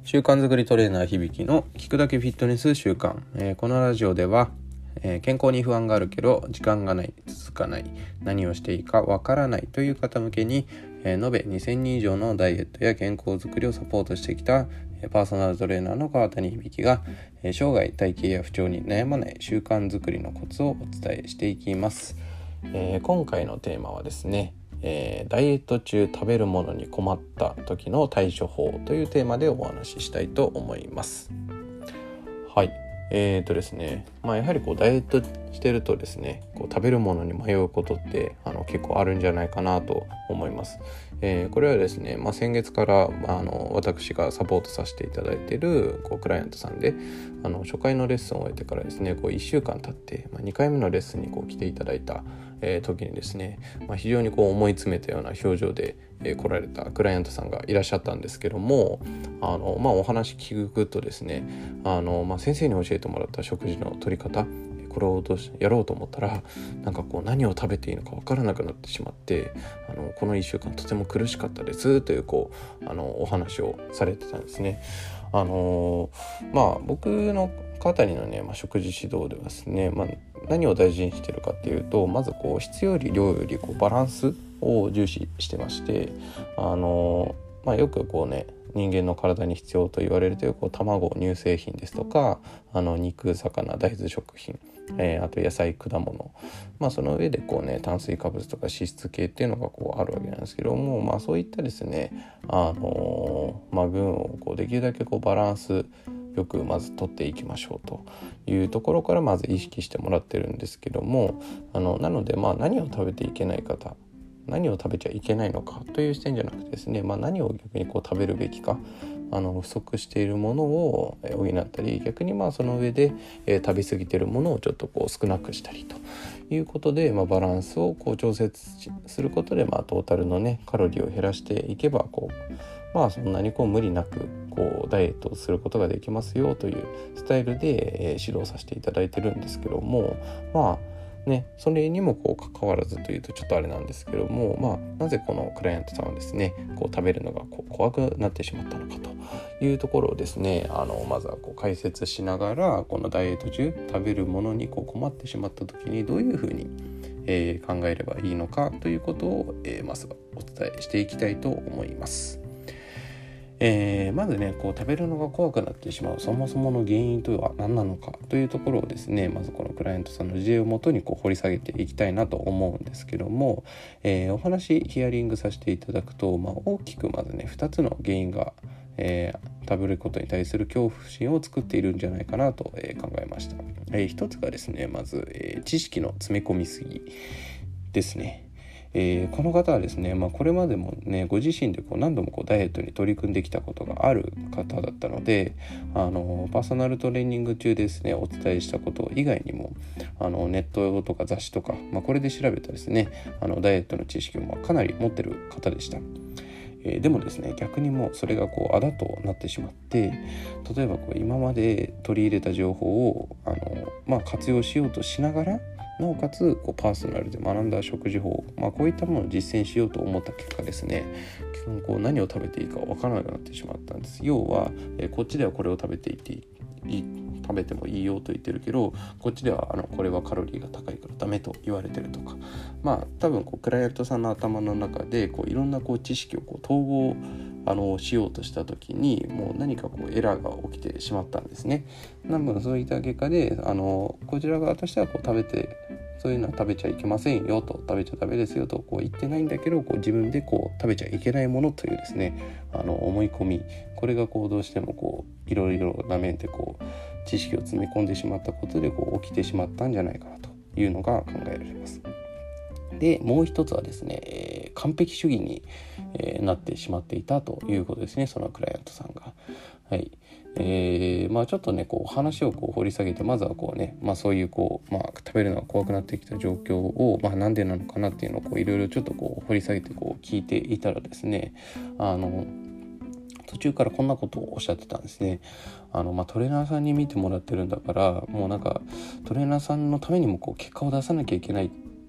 習慣づくりトレーナー響の聞くだけフィットネス習慣、このラジオでは、健康に不安があるけど時間がない、続かない、何をしていいかわからないという方向けに、延べ2000人以上のダイエットや健康づくりをサポートしてきたパーソナルトレーナーの川谷響が、生涯体型や不調に悩まない習慣づくりのコツをお伝えしていきます。今回のテーマはですね、ダイエット中食べるものに困った時の対処法というテーマでお話ししたいと思います。はい。ですね、やはりダイエットしてるとですね、食べるものに迷うことって結構あるんじゃないかなと思います。これはですね、先月から私がサポートさせていただいているクライアントさんで初回のレッスンを終えてからですね1週間経って、2回目のレッスンに来ていただいた時にですね、非常に思い詰めたような表情で来られたクライアントさんがいらっしゃったんですけども、お話聞くとですね、先生に教えてもらった食事の取り方、これをやろうと思ったら何を食べていいのか分からなくなってしまって、この1週間とても苦しかったですというお話をされてたんですね。僕の方にのね、食事指導ではですね、何を大事にしているかっていうと、まず質より量よりバランスを重視してまして、よく人間の体に必要と言われるという卵、乳製品ですとか肉、魚、大豆食品、あと野菜、果物、その上で炭水化物とか脂質系っていうのがあるわけなんですけども、そういったですね群をできるだけバランスよくまず取っていきましょうというところからまず意識してもらってるんですけども、なので何を食べていけない方、何を食べちゃいけないのかという視点じゃなくてですね、何を逆に食べるべきか、不足しているものを補ったり、逆にその上で、食べ過ぎているものをちょっと少なくしたりということで、バランスを調節することで、トータルのねカロリーを減らしていけばそんなに無理なくダイエットをすることができますよというスタイルで、指導させていただいてるんですけども、それにも関わらずというとちょっとあれなんですけども、なぜこのクライアントさんはですね食べるのが怖くなってしまったのかというところをですね、まずは解説しながら、このダイエット中食べるものに困ってしまった時にどういうふうに、考えればいいのかということを、まずはお伝えしていきたいと思います。まずね食べるのが怖くなってしまうそもそもの原因とは何なのかというところをですね、まずこのクライアントさんの事例をもとに掘り下げていきたいなと思うんですけども、お話ヒアリングさせていただくと、大きくまずね2つの原因が、食べることに対する恐怖心を作っているんじゃないかなと、考えました。一つがですね、まず、知識の詰め込みすぎですね。この方はですね、これまでもねご自身で何度もダイエットに取り組んできたことがある方だったので、パーソナルトレーニング中ですねお伝えしたこと以外にもネットとか雑誌とか、これで調べたですねダイエットの知識をかなり持ってる方でした。でもですね逆にもうそれがあだとなってしまって、例えば今まで取り入れた情報を活用しようとしながら、なおかつパーソナルで学んだ食事法、こういったものを実践しようと思った結果ですね、何を食べていいか分からなくなってしまったんです。要は、こっちではこれを食べていて食べてもいいよと言ってるけど、こっちではこれはカロリーが高いからダメと言われてるとか、多分クライアントさんの頭の中でいろんな知識を統合しようとした時にもう何かエラーが起きてしまったんですね。なのでそういった結果でこちら側としては食べて、そういうのは食べちゃいけませんよと、食べちゃダメですよと言ってないんだけど、自分で食べちゃいけないものというですね思い込み、これがどうしてもいろいろな面で知識を詰め込んでしまったことで起きてしまったんじゃないかなというのが考えられます。でもう一つはですね、完璧主義に、なってしまっていたということですね、そのクライアントさんが。はい。ちょっとね話を掘り下げて、まずはそういう食べるのが怖くなってきた状況をなんでなのかなっていうのをいろいろちょっと掘り下げて聞いていたらですね、途中からこんなことをおっしゃってたんですね。トレーナーさんに見てもらってるんだから、もうトレーナーさんのためにも結果を出さなきゃいけない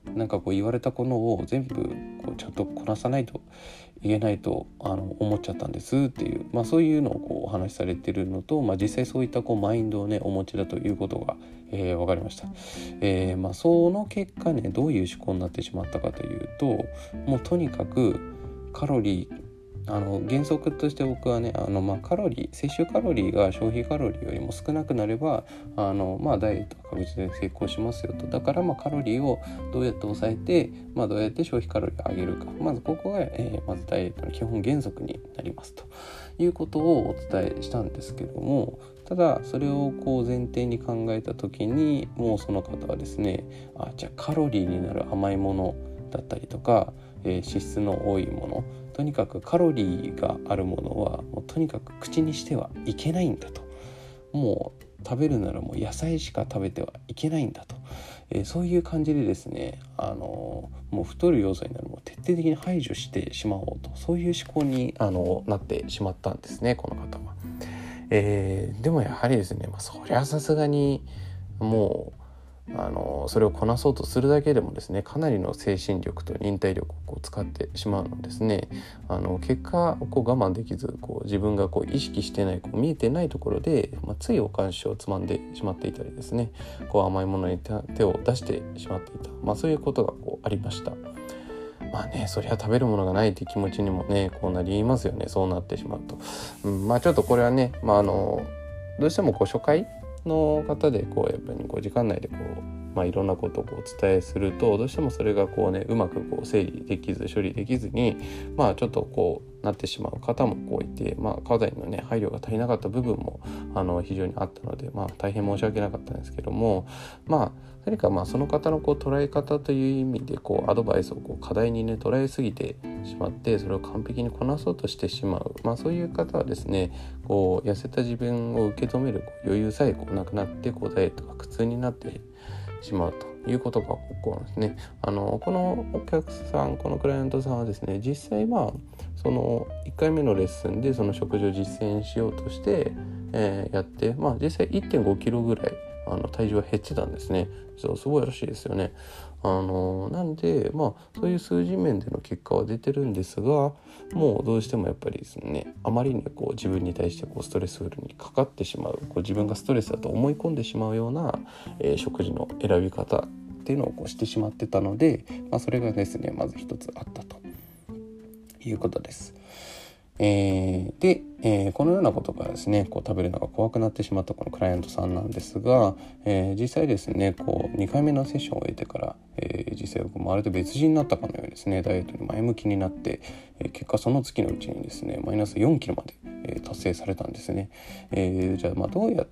なんかこう言われたものを全部こうちゃんとこなさないといけないと思っちゃったんですっていう、そういうのをこうお話しされているのと、実際そういったこうマインドをねお持ちだということが、分かりました。その結果ねどういう思考になってしまったかというと、もうとにかくカロリー原則として僕はね摂取カロリーが消費カロリーよりも少なくなればダイエットが確実に成功しますよと。だからカロリーをどうやって抑えて、どうやって消費カロリーを上げるか、まずここが、まずダイエットの基本原則になりますということをお伝えしたんですけども、ただそれをこう前提に考えた時にもうその方はですね、じゃあカロリーになる甘いものだったりとか、脂質の多いもの、とにかくカロリーがあるものはもうとにかく口にしてはいけないんだと。もう食べるならもう野菜しか食べてはいけないんだと、そういう感じでですね、もう太る要素になるものを徹底的に排除してしまおうと、そういう思考になってしまったんですね、この方は。でもやはりですね、そりゃさすがにもうそれをこなそうとするだけでもですね、かなりの精神力と忍耐力をこう使ってしまうのですね、結果こう我慢できず自分が意識してない見えてないところで、ついお菓子をつまんでしまっていたりですね、甘いものに手を出してしまっていた、そういうことがありました。そりゃ食べるものがないという気持ちにもねこうなりますよね、そうなってしまうと。ちょっとこれはね、どうしても初回の方でやっぱり時間内でいろんなことをお伝えすると、どうしてもそれがうまく整理できず処理できずにちょっとなってしまう方もいて、かなりのね配慮が足りなかった部分も非常にあったので、大変申し訳なかったんですけども、何かその方の捉え方という意味でアドバイスを課題にね捉えすぎてしまって、それを完璧にこなそうとしてしまう、そういう方はですね、痩せた自分を受け止める余裕さえなくなってダイエットが苦痛になってしまうということが起こるんですね。このお客さん、このクライアントさんはですね、実際その1回目のレッスンでその食事を実践しようとして、やって、実際 1.5 キロぐらい体重は減ってたんですね。すごいらしいですよね。なんでそういう数字面での結果は出てるんですが、もうどうしてもやっぱりですね、あまりに自分に対してストレスフルにかかってしまう、自分がストレスだと思い込んでしまうような、食事の選び方っていうのをしてしまってたので、それがですねまず一つあったということです。で、このようなことからですね食べるのが怖くなってしまったこのクライアントさんなんですが、実際ですね2回目のセッションを終えてから、実際まるで別人になったかのようにですねダイエットに前向きになって、結果その月のうちにですねマイナス4キロまで、達成されたんですね。じゃあどうやって、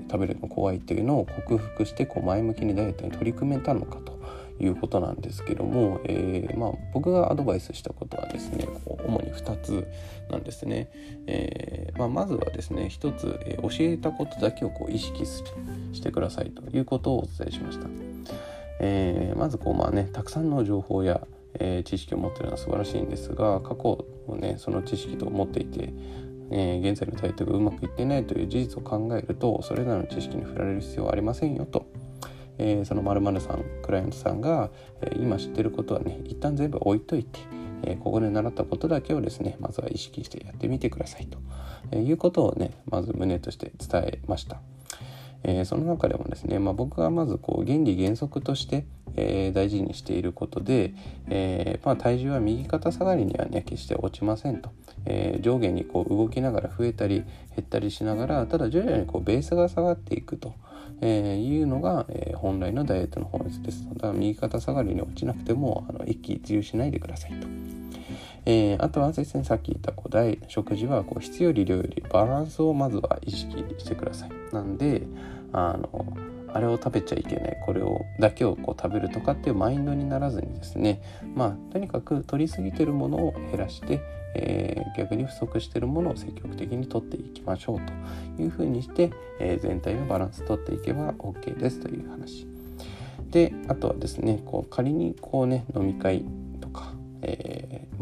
食べるの怖いっていうのを克服して前向きにダイエットに取り組めたのかということなんですけども、僕がアドバイスしたことはですね主に2つなんですね。まずはですね1つ、教えたことだけを意識してくださいということをお伝えしました。まずたくさんの情報や、知識を持っているのは素晴らしいんですが、過去をねその知識と持っていて現在のダイエットがうまくいっていないという事実を考えると、それらの知識に触られる必要はありませんよと。その〇〇さん、クライアントさんが、今知ってることはね一旦全部置いといて、ここで習ったことだけをですねまずは意識してやってみてくださいと、いうことをねまず胸として伝えました。その中でもですね、僕がまず原理原則として、大事にしていることで、体重は右肩下がりにはね決して落ちませんと、上下に動きながら増えたり減ったりしながら、ただ徐々にベースが下がっていくと、いうのが、本来のダイエットの本質です。だから右肩下がりに落ちなくても一喜一憂しないでくださいと。あとはですね、さっき言った食事は質より量よりバランスをまずは意識してください。なんであれを食べちゃいけない、これをだけを食べるとかっていうマインドにならずにですね、とにかく取りすぎてるものを減らして、逆に不足しているものを積極的に取っていきましょうというふうにして、全体のバランス取っていけば OK ですという話で、あとはですね仮に飲み会とか、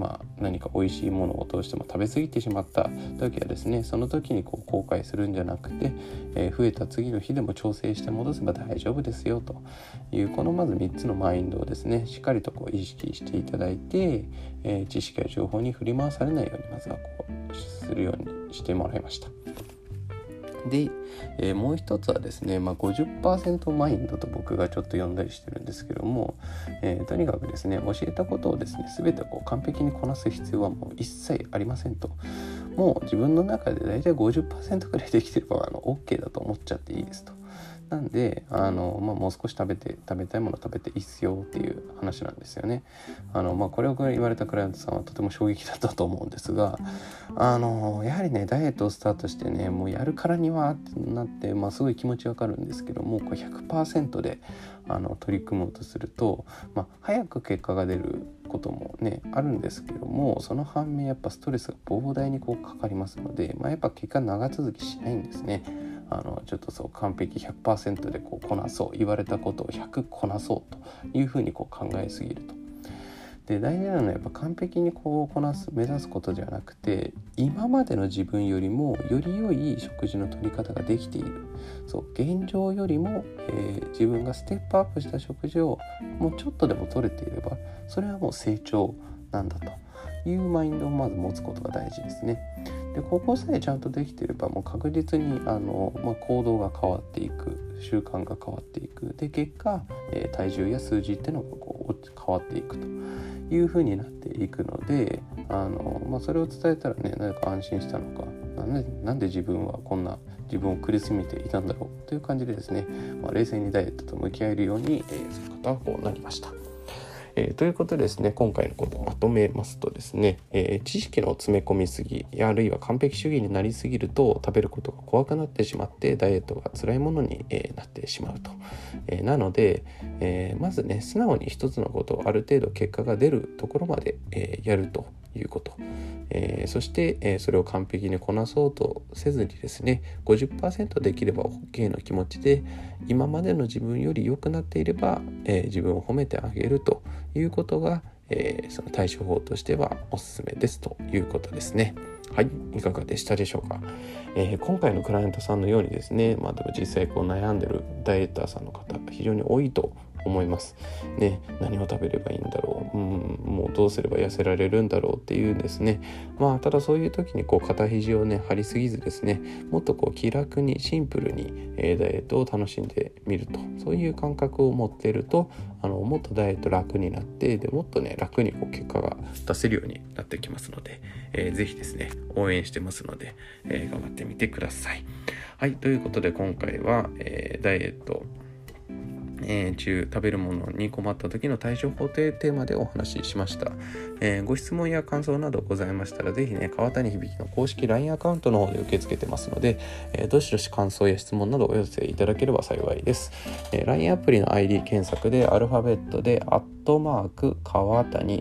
何か美味しいものをどうしても食べ過ぎてしまった時はですね、その時に後悔するんじゃなくて、増えた次の日でも調整して戻せば大丈夫ですよという、このまず3つのマインドをですねしっかりと意識していただいて、知識や情報に振り回されないようにまずはするようにしてもらいました。で、もう一つはですね、50% マインドと僕がちょっと呼んだりしてるんですけども、とにかくですね教えたことをですね全て完璧にこなす必要はもう一切ありませんと。もう自分の中でだいたい 50% くらいできてればOK だと思っちゃっていいですと。なんでもう少し食べたいもの食べていいっすよっていう話なんですよね。これを言われたクライアントさんはとても衝撃だったと思うんですが、やはりねダイエットをスタートしてねもうやるからにはってなって、すごい気持ちわかるんですけども、100% で取り組もうとすると、早く結果が出ることもねあるんですけども、その反面やっぱストレスが膨大にかかりますので、やっぱ結果長続きしないんですね。ちょっと完璧 100% でこなそう、言われたことを100こなそうというふうに考えすぎると。で大事なのはやっぱ完璧にこなす目指すことじゃなくて、今までの自分よりもより良い食事の取り方ができている、現状よりも、自分がステップアップした食事をもうちょっとでも取れていれば、それはもう成長なんだというマインドをまず持つことが大事ですね。でここさえちゃんとできていればもう確実に行動が変わっていく、習慣が変わっていく、で結果、体重や数字っていうのが変わっていくという風になっていくので、それを伝えたらね何か安心したのか、なんで自分はこんな自分を苦しめていたんだろうという感じでですね、冷静にダイエットと向き合えるように、する方はこうなりました。ということでですね、今回のことをまとめますとですね、知識の詰め込みすぎ、あるいは完璧主義になりすぎると食べることが怖くなってしまってダイエットが辛いものに、なってしまうと。なので、まずね素直に一つのことをある程度結果が出るところまで、やるということ、そして、それを完璧にこなそうとせずにですね 50% できれば OK の気持ちで、今までの自分より良くなっていれば、自分を褒めてあげるということが、その対処法としてはおすすめですということですね。はい、いかがでしたでしょうか。今回のクライアントさんのようにですね、でも実際悩んでるダイエッターさんの方非常に多いと思いますね。何を食べればいいんだろう、もうどうすれば痩せられるんだろうっていうですね、ただそういう時に肩肘をね張りすぎずですね、もっと気楽にシンプルに、ダイエットを楽しんでみると、そういう感覚を持っているともっとダイエット楽になって、でもっとね楽に結果が出せるようになってきますので、ぜひですね応援してますので、頑張ってみてください。はい、ということで今回は、ダイエット食べるものに困った時の対処法というテーマでお話ししました。ご質問や感想などございましたら、ぜひね川谷響の公式 LINE アカウントの方で受け付けてますので、どしどし感想や質問などお寄せいただければ幸いです。LINE アプリの ID 検索でアルファベットで川谷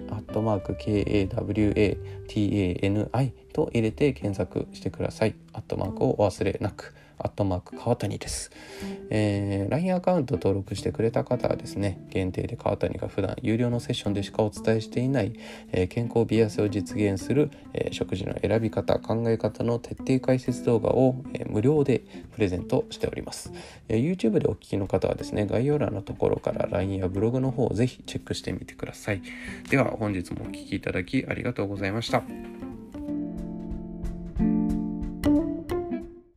KAWATANI と入れて検索してください。アットマークをお忘れなく。川谷です。LINE アカウント登録してくれた方はですね、限定で川谷が普段有料のセッションでしかお伝えしていない、健康美痩せを実現する、食事の選び方、考え方の徹底解説動画を、無料でプレゼントしております。YouTube でお聞きの方はですね、概要欄のところから LINE やブログの方をぜひチェックしてみてください。では本日もお聞きいただきありがとうございました。